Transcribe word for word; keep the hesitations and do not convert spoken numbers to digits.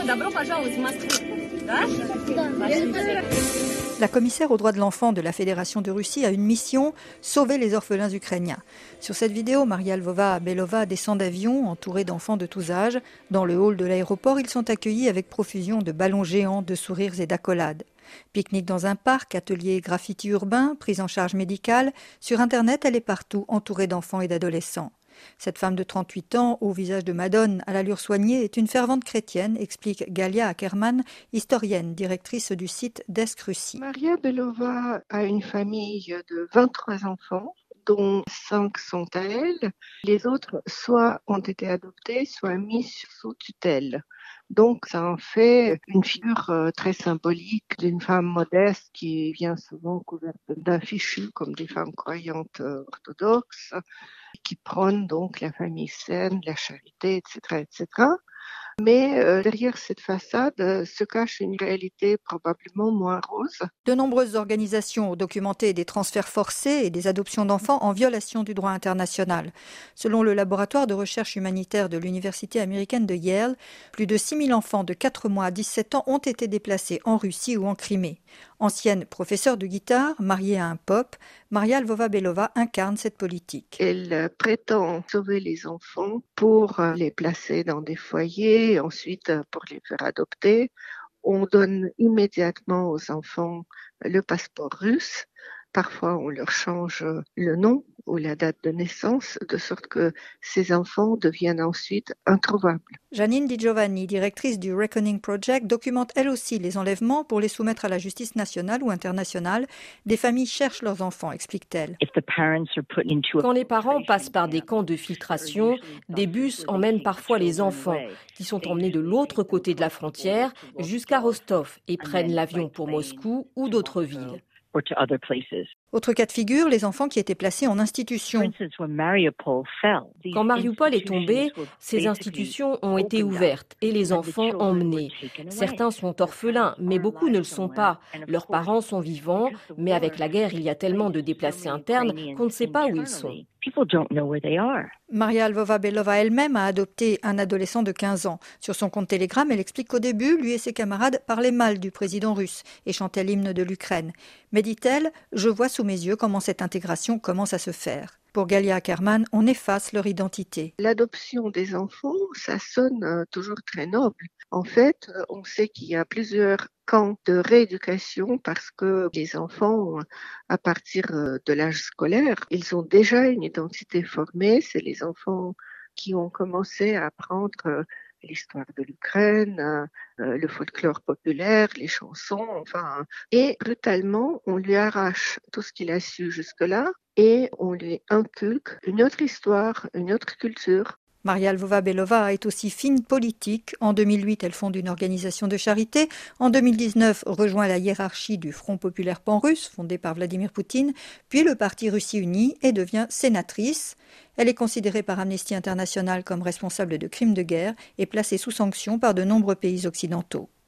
La commissaire aux droits de l'enfant de la Fédération de Russie a une mission, sauver les orphelins ukrainiens. Sur cette vidéo, Maria Lvova-Belova descend d'avion, entourée d'enfants de tous âges. Dans le hall de l'aéroport, ils sont accueillis avec profusion de ballons géants, de sourires et d'accolades. Pique-nique dans un parc, atelier graffiti urbain, prise en charge médicale. Sur Internet, elle est partout, entourée d'enfants et d'adolescents. Cette femme de trente-huit ans, au visage de Madone, à l'allure soignée, est une fervente chrétienne, explique Galia Ackerman, historienne, directrice du site d'Est Russie. Maria Belova a une famille de vingt-trois enfants, dont cinq sont à elle. Les autres, soit ont été adoptés, soit mis sous tutelle. Donc, ça en fait une figure très symbolique d'une femme modeste qui vient souvent couverte d'un fichu, comme des femmes croyantes orthodoxes, qui prône donc la famille saine, la charité, et cetera, et cetera. Mais euh, derrière cette façade euh, se cache une réalité probablement moins rose. De nombreuses organisations ont documenté des transferts forcés et des adoptions d'enfants en violation du droit international. Selon le laboratoire de recherche humanitaire de l'université américaine de Yale, plus de six mille enfants de quatre mois à dix-sept ans ont été déplacés en Russie ou en Crimée. Ancienne professeure de guitare, mariée à un pop, Maria Lvova-Belova incarne cette politique. Elle prétend sauver les enfants pour les placer dans des foyers, et ensuite pour les faire adopter. On donne immédiatement aux enfants le passeport russe. Parfois, on leur change le nom ou la date de naissance, de sorte que ces enfants deviennent ensuite introuvables. Janine Di Giovanni, directrice du Reckoning Project, documente elle aussi les enlèvements pour les soumettre à la justice nationale ou internationale. Des familles cherchent leurs enfants, explique-t-elle. Quand les parents passent par des camps de filtration, des bus emmènent parfois les enfants, qui sont emmenés de l'autre côté de la frontière jusqu'à Rostov et prennent l'avion pour Moscou ou d'autres villes. Autre cas de figure, les enfants qui étaient placés en institution. Quand Mariupol est tombé, ces institutions ont été ouvertes et les enfants emmenés. Certains sont orphelins, mais beaucoup ne le sont pas. Leurs parents sont vivants, mais avec la guerre, il y a tellement de déplacés internes qu'on ne sait pas où ils sont. Maria Lvova-Belova elle-même a adopté un adolescent de quinze ans. Sur son compte Telegram, elle explique qu'au début, lui et ses camarades parlaient mal du président russe et chantaient l'hymne de l'Ukraine. Mais dit-elle, je vois sous mes yeux comment cette intégration commence à se faire. Pour Galia Ackerman, on efface leur identité. L'adoption des enfants, ça sonne toujours très noble. En fait, on sait qu'il y a plusieurs camps de rééducation parce que les enfants, à partir de l'âge scolaire, ils ont déjà une identité formée. C'est les enfants qui ont commencé à apprendre l'histoire de l'Ukraine, le folklore populaire, les chansons, enfin. Et brutalement, on lui arrache tout ce qu'il a su jusque-là et on lui inculque une autre histoire, une autre culture. Maria Lvova-Belova est aussi fine politique. En deux mille huit, elle fonde une organisation de charité. En deux mille dix-neuf, rejoint la hiérarchie du Front populaire pan-russe, fondé par Vladimir Poutine, puis le parti Russie Unie et devient sénatrice. Elle est considérée par Amnesty International comme responsable de crimes de guerre et placée sous sanction par de nombreux pays occidentaux.